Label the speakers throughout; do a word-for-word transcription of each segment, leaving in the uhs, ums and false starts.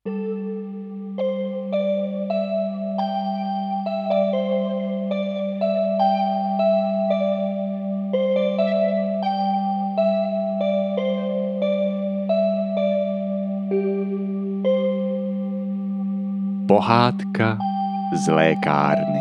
Speaker 1: Pohádka z lékárny.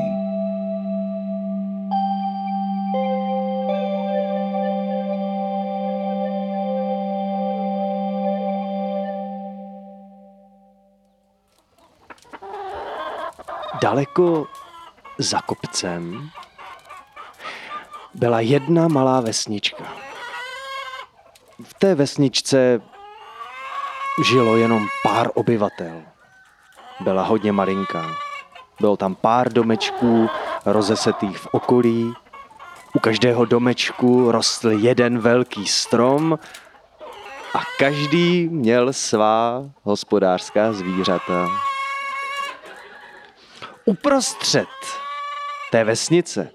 Speaker 2: Daleko za kopcem byla jedna malá vesnička. V té vesničce žilo jenom pár obyvatel. Byla hodně malinká. Bylo tam pár domečků rozesetých v okolí. U každého domečku rostl jeden velký strom a každý měl svá hospodářská zvířata. Uprostřed té vesnice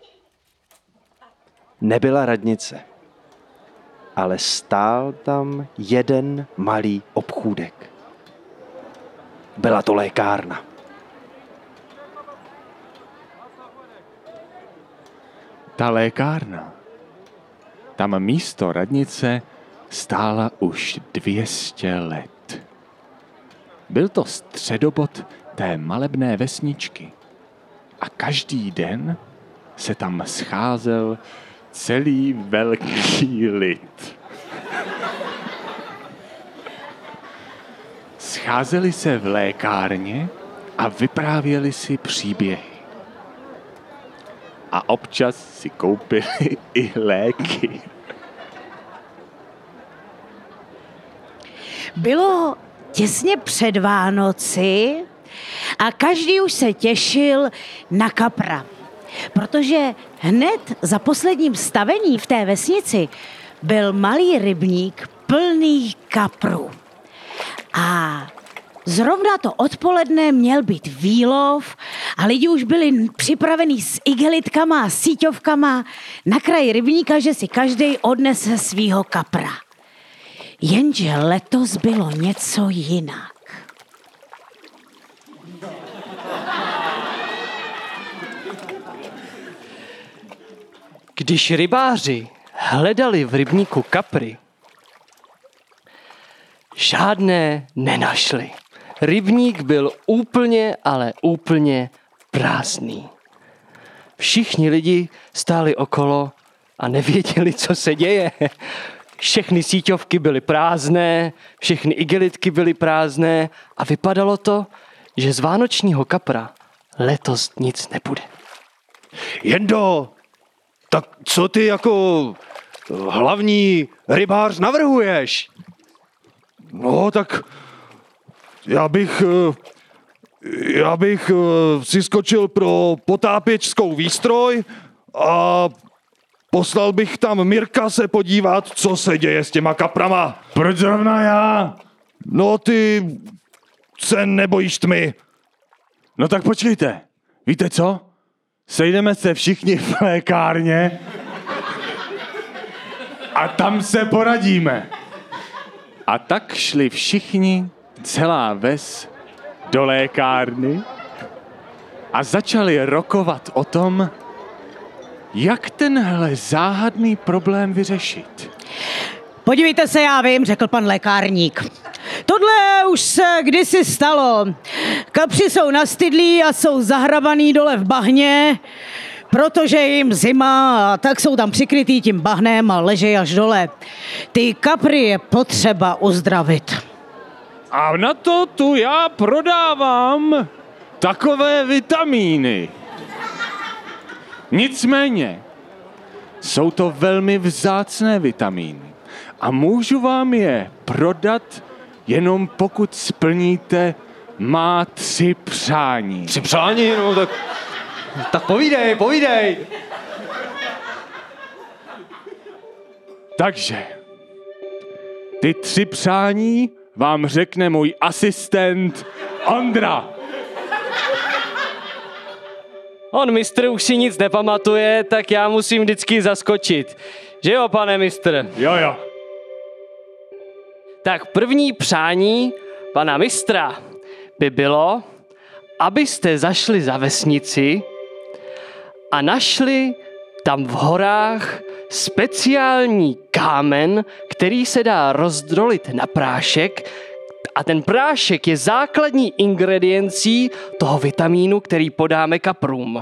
Speaker 2: nebyla radnice, ale stál tam jeden malý obchůdek. Byla to lékárna.
Speaker 1: Ta lékárna, tam místo radnice stála už dvě stě let. Byl to středobod té malebné vesničky a každý den se tam scházel celý velký lid. Scházeli se v lékárně a vyprávěli si příběhy. A občas si koupili i léky.
Speaker 3: Bylo těsně před Vánoci a každý už se těšil na kapra. Protože hned za posledním stavení v té vesnici byl malý rybník plný kaprů. A zrovna to odpoledne měl být výlov a lidi už byli připravení s igelitkama a síťovkama na kraji rybníka, že si každý odnese svýho kapra. Jenže letos bylo něco jinak.
Speaker 2: Když rybáři hledali v rybníku kapry, žádné nenašli. Rybník byl úplně, ale úplně prázdný. Všichni lidi stáli okolo a nevěděli, co se děje. Všechny síťovky byly prázdné, všechny igelitky byly prázdné a vypadalo to, že z vánočního kapra letos nic nebude.
Speaker 4: Jendo, tak co ty jako hlavní rybář navrhuješ? No, tak já bych, já bych si skočil pro potápěčskou výstroj a poslal bych tam Mirka se podívat, co se děje s těma kaprama.
Speaker 1: Proč zrovna já?
Speaker 4: No, ty se nebojíš tmy.
Speaker 1: No tak počkejte, víte co? Sejdeme se všichni v lékárně a tam se poradíme. A tak šli všichni, celá ves, do lékárny a začali rokovat o tom, jak tenhle záhadný problém vyřešit.
Speaker 3: Podívejte se, já vím, řekl pan lékárník. Tohle už se kdysi stalo. Kapři jsou nastydlí a jsou zahrabaný dole v bahně, protože je jim zima a tak jsou tam přikrytý tím bahnem a ležejí až dole. Ty kapry je potřeba uzdravit.
Speaker 1: A na to tu já prodávám takové vitamíny. Nicméně, jsou to velmi vzácné vitamíny a můžu vám je prodat jenom pokud splníte má tři přání.
Speaker 2: Tři přání, no tak, tak povídej, povídej.
Speaker 1: Takže, ty tři přání vám řekne můj asistent Ondra.
Speaker 2: On mistr už si nic nepamatuje, tak já musím vždycky zaskočit. Že jo, pane mistr?
Speaker 1: Jo, jo.
Speaker 2: Tak první přání pana mistra by bylo, abyste zašli za vesnici a našli tam v horách speciální kámen, který se dá rozdrolit na prášek, a ten prášek je základní ingrediencí toho vitamínu, který podáme kaprům.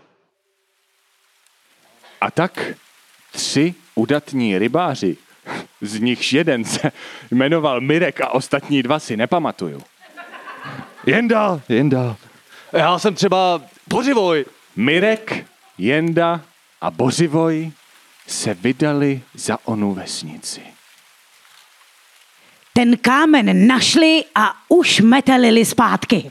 Speaker 1: A tak tři udatní rybáři, z nichž jeden se jmenoval Mirek a ostatní dva si nepamatuju.
Speaker 4: Jenda, Jenda.
Speaker 5: Já jsem třeba Bořivoj.
Speaker 1: Mirek, Jenda a Bořivoj se vydali za onu vesnici.
Speaker 3: Ten kámen našli a už metelili zpátky.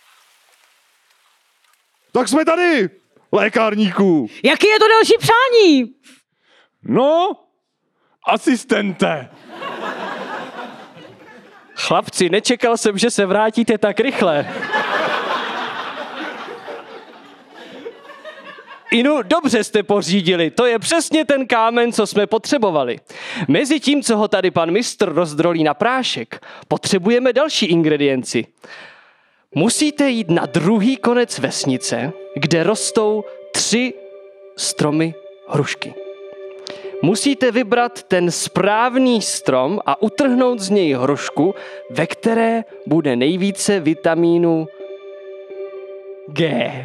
Speaker 4: Tak jsme tady, lékárníků.
Speaker 3: Jaký je to další přání?
Speaker 1: No, asistente.
Speaker 2: Chlapci, nečekal jsem, že se vrátíte tak rychle. Inu, dobře jste pořídili, to je přesně ten kámen, co jsme potřebovali. Mezi tím, co ho tady pan mistr rozdrolí na prášek, potřebujeme další ingredienci. Musíte jít na druhý konec vesnice, kde rostou tři stromy hrušky. Musíte vybrat ten správný strom a utrhnout z něj hrušku, ve které bude nejvíce vitamínu G.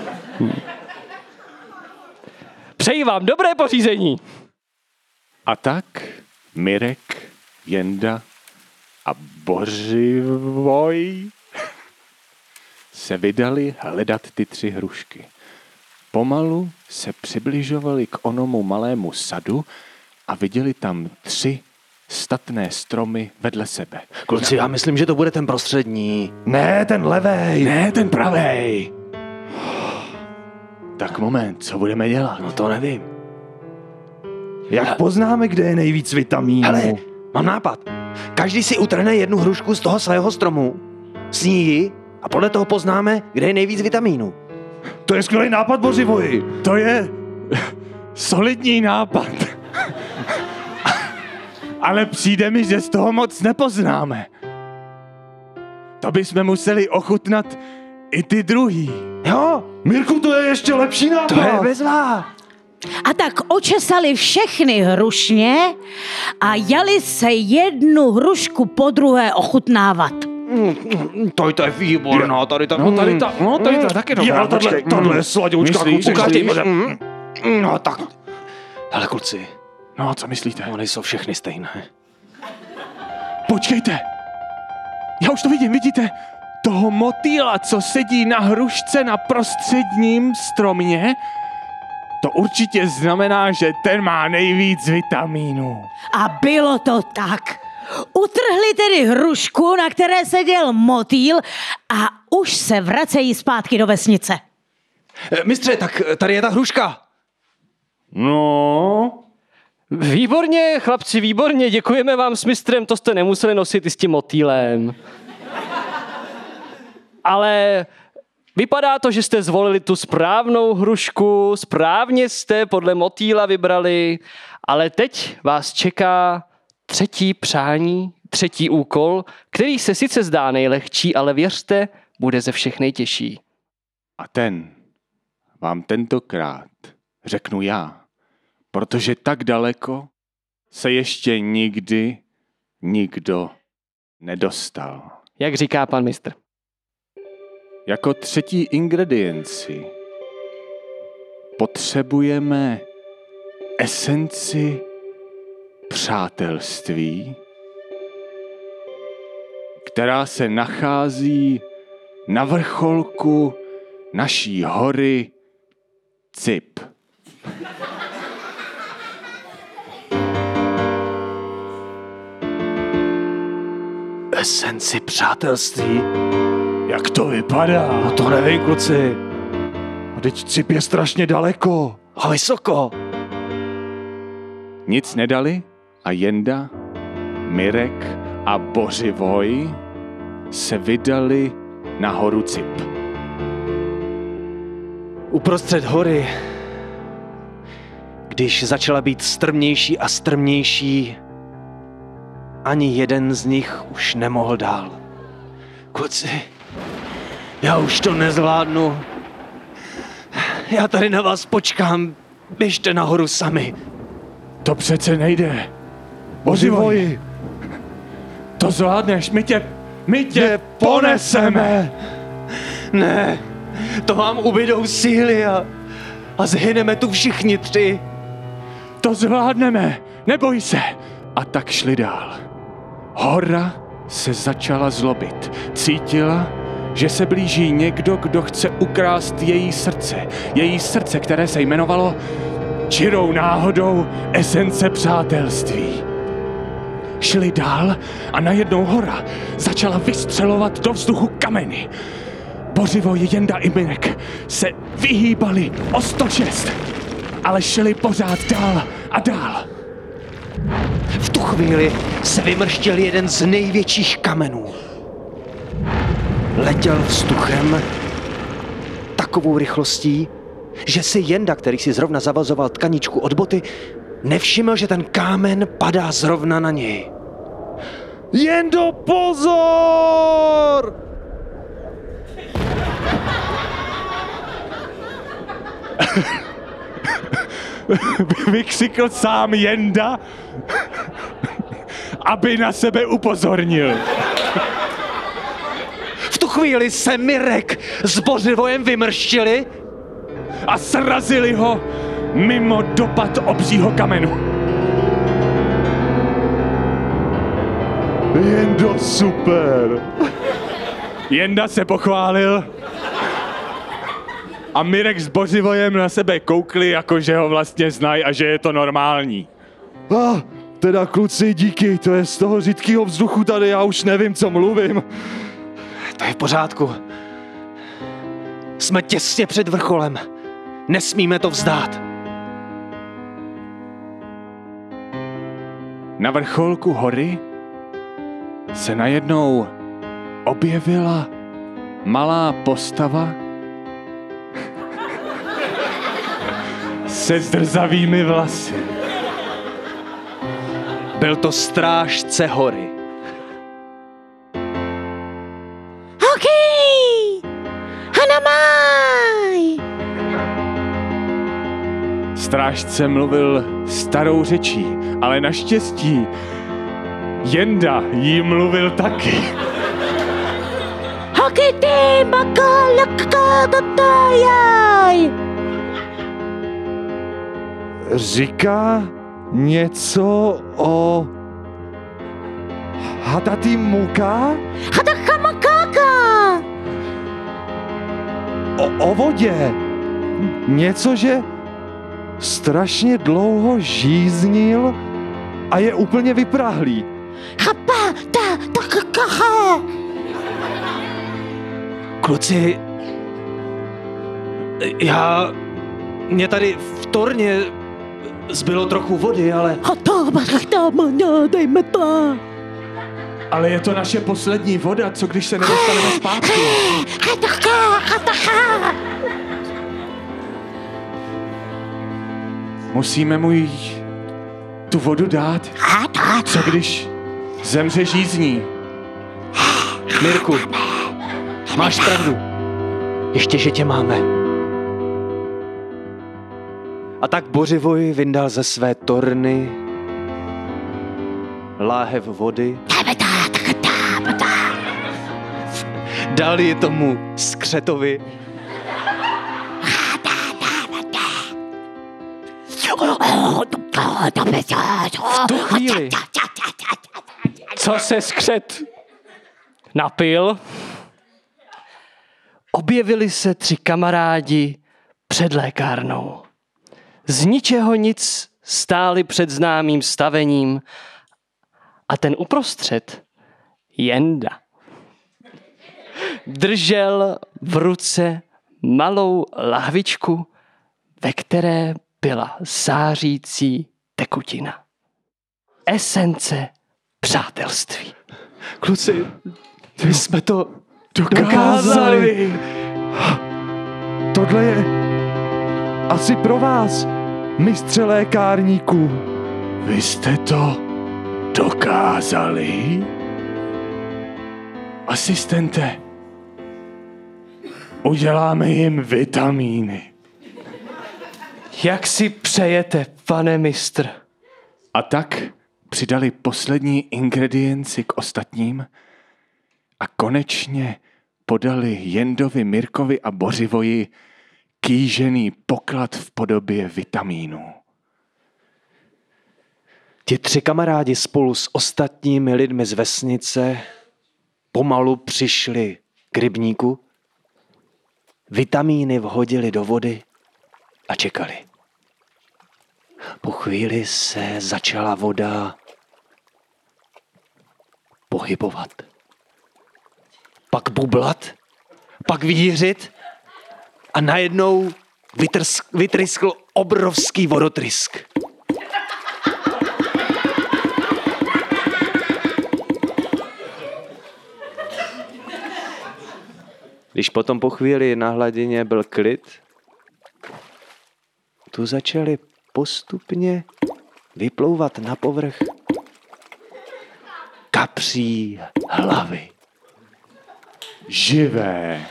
Speaker 2: Přeji vám dobré pořízení.
Speaker 1: A tak Mirek, Jenda a Bořivoj se vydali hledat ty tři hrušky. Pomalu se přibližovali k onomu malému sadu a viděli tam tři statné stromy vedle sebe.
Speaker 5: Kluci, já myslím, že to bude ten prostřední.
Speaker 4: Ne, ten levej.
Speaker 1: Ne, ten pravej. Tak moment, co budeme dělat?
Speaker 5: No to nevím.
Speaker 4: Jak poznáme, kde je nejvíc vitamínů?
Speaker 5: Hele, mám nápad. Každý si utrhne jednu hrušku z toho svého stromu, sní ji a podle toho poznáme, kde je nejvíc vitamínů.
Speaker 4: To je skvělý nápad, Bořivoji.
Speaker 1: To je solidní nápad. Ale přijde mi, že z toho moc nepoznáme. To bychom museli ochutnat i ty druhý.
Speaker 4: Jo, Mirku, to je ještě lepší nápad.
Speaker 5: To je bezvá.
Speaker 3: A tak očesali všechny hrušně a jali se jednu hrušku po druhé ochutnávat.
Speaker 5: Mm, to, to je výborná, tady ta...
Speaker 1: No tady ta, no tady ta taky dobrá.
Speaker 4: Já, tahle, tahle sladoučka,
Speaker 1: Myslíš,
Speaker 4: kluci.
Speaker 1: myslíš?
Speaker 5: Ukážte, mm, mm, no tak. Hele kluci,
Speaker 1: No, co myslíte?
Speaker 5: oni jsou všechny stejné.
Speaker 1: Počkejte. Já už to vidím, vidíte? Toho motýla, co sedí na hrušce na prostředním stromě, to určitě znamená, že ten má nejvíc vitamínů.
Speaker 3: A bylo to tak. Utrhli tedy hrušku, na které seděl motýl a už se vracejí zpátky do vesnice.
Speaker 5: E, mistře, tak tady je ta hruška.
Speaker 1: No,
Speaker 2: Výborně, chlapci, výborně, děkujeme vám s mistrem, to jste nemuseli nosit i s tím motýlem. Ale vypadá to, že jste zvolili tu správnou hrušku, správně jste podle motýla vybrali, ale teď vás čeká třetí přání, třetí úkol, který se sice zdá nejlehčí, ale věřte, bude ze všech nejtěžší.
Speaker 1: a ten vám tentokrát řeknu já, protože tak daleko se ještě nikdy nikdo nedostal.
Speaker 2: Jak říká pan mistr.
Speaker 1: Jako třetí ingredienci potřebujeme esenci přátelství, která se nachází na vrcholku naší hory Cip.
Speaker 5: Esenci přátelství.
Speaker 1: Jak to vypadá?
Speaker 5: No to nevím, kluci.
Speaker 4: A teď Cip je strašně daleko.
Speaker 5: A vysoko.
Speaker 1: Nic nedali a Jenda, Mirek a Bořivoj se vydali na horu Cip.
Speaker 5: Uprostřed hory, když začala být strmější a strmější, ani jeden z nich už nemohl dál. Kluci, Já už to nezvládnu. Já tady na vás počkám. Běžte nahoru sami.
Speaker 1: To přece nejde.
Speaker 4: Bořivoji,
Speaker 1: To zvládneš, my tě, my tě
Speaker 4: tě poneseme.
Speaker 5: Ne, to vám ubydou síly a, a zhyneme tu všichni tři.
Speaker 1: To zvládneme, neboj se. A tak šli dál. Hora se začala zlobit. Cítila, že se blíží někdo, kdo chce ukrást její srdce. Její srdce, které se jmenovalo čirou náhodou esence přátelství. Šli dál a najednou hora začala vystřelovat do vzduchu kameny. Bořivoj, Jenda i Mirek se vyhýbali o sto šest, ale šli pořád dál a dál.
Speaker 5: V tu chvíli se vymrštil jeden z největších kamenů. Letěl vzduchem takovou rychlostí, že si Jenda, který si zrovna zavazoval tkaničku od boty, nevšiml, že ten kámen padá zrovna na něj.
Speaker 4: Jendo, pozor!
Speaker 1: Vykřikl sám Jenda, aby na sebe upozornil.
Speaker 5: V tu chvíli se Mirek s Bořivojem vymrštili
Speaker 1: A srazili ho mimo dopad obřího kamenu.
Speaker 4: Jendo, super.
Speaker 1: Jenda se pochválil a Mirek s Bořivojem na sebe koukli, jako že ho vlastně znají a že je to normální.
Speaker 4: Ah, teda kluci, díky, to je z toho řidkého vzduchu tady, já už nevím, co mluvím.
Speaker 5: To je v pořádku. Jsme těsně před vrcholem. Nesmíme to vzdát.
Speaker 1: Na vrcholku hory se najednou objevila malá postava se zdrzavými vlasy.
Speaker 5: Byl to strážce hory.
Speaker 3: Hokej! Hanamaj!
Speaker 1: Strážce mluvil starou řečí, ale naštěstí Jenda jí mluvil taky.
Speaker 3: Hokej ty makalaka tatajaj!
Speaker 4: Říká něco o Hatati Muka?
Speaker 3: Hatachamakaka!
Speaker 4: O, o vodě. Něco, že strašně dlouho žíznil a je úplně vyprahlý.
Speaker 3: Chapa ta takakaha!
Speaker 5: Kluci, já... Mě tady v torně zbylo trochu vody, ale...
Speaker 3: Dejme to!
Speaker 1: Ale je to naše poslední voda, co když se nedostaneme zpátky? Musíme mu jí tu vodu dát. Co když zemře žízní?
Speaker 5: Mirku, máš pravdu. Ještě, že tě máme. A tak Bořivoj vyndal ze své torny láhev vody, dal ji tomu skřetovi
Speaker 2: V tu chvíli, co se skřet napil, objevili se tři kamarádi před lékárnou. Z ničeho nic stáli před známým stavením a ten uprostřed, Jenda, držel v ruce malou lahvičku, ve které byla zářící tekutina. Esence přátelství.
Speaker 5: Kluci, my jsme to
Speaker 4: Dokázali. Tohle je asi pro vás, mistře lékárníků.
Speaker 1: Vy jste to dokázali? Asistente, Uděláme jim vitamíny.
Speaker 2: Jak si přejete, pane mistr?
Speaker 1: A tak přidali poslední ingredienci k ostatním a konečně podali Jendovi, Mirkovi a Bořivoji kýžený poklad v podobě vitamínů.
Speaker 5: Ti tři kamarádi spolu s ostatními lidmi z vesnice pomalu přišli k rybníku, vitamíny vhodili do vody a čekali. Po chvíli se začala voda pohybovat. Pak bublat, pak vířit a najednou vytrsk, vytryskl obrovský vodotrysk. Když potom po chvíli na hladině byl klid, tu začaly postupně vyplouvat na povrch kapří hlavy.
Speaker 1: Živé.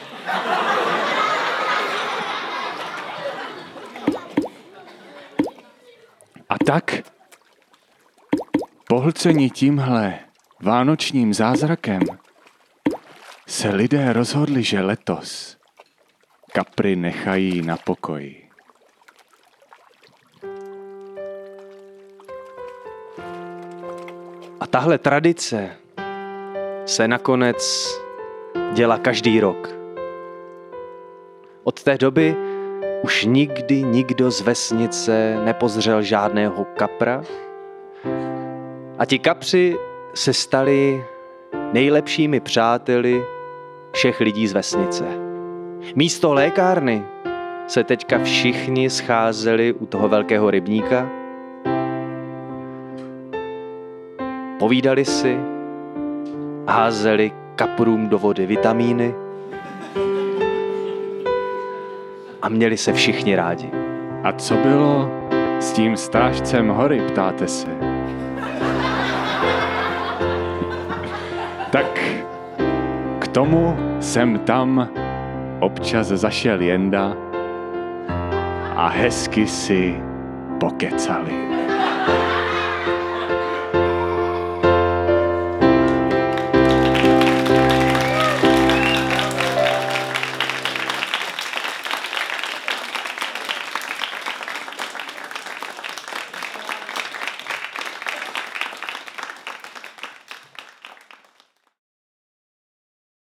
Speaker 1: A tak, pohlcení tímhle vánočním zázrakem, se lidé rozhodli, že letos kapry nechají na pokoji.
Speaker 5: A tahle tradice se nakonec dělá každý rok. Od té doby už nikdy nikdo z vesnice nepozřel žádného kapra a ti kapři se stali nejlepšími přáteli všech lidí z vesnice. Místo lékárny se teďka všichni scházeli u toho velkého rybníka, povídali si, házeli kaprům do vody vitamíny a měli se všichni rádi.
Speaker 1: A co bylo s tím strážcem hory, ptáte se? Tak k tomu jsem tam občas zašel Jenda a hezky si pokecali.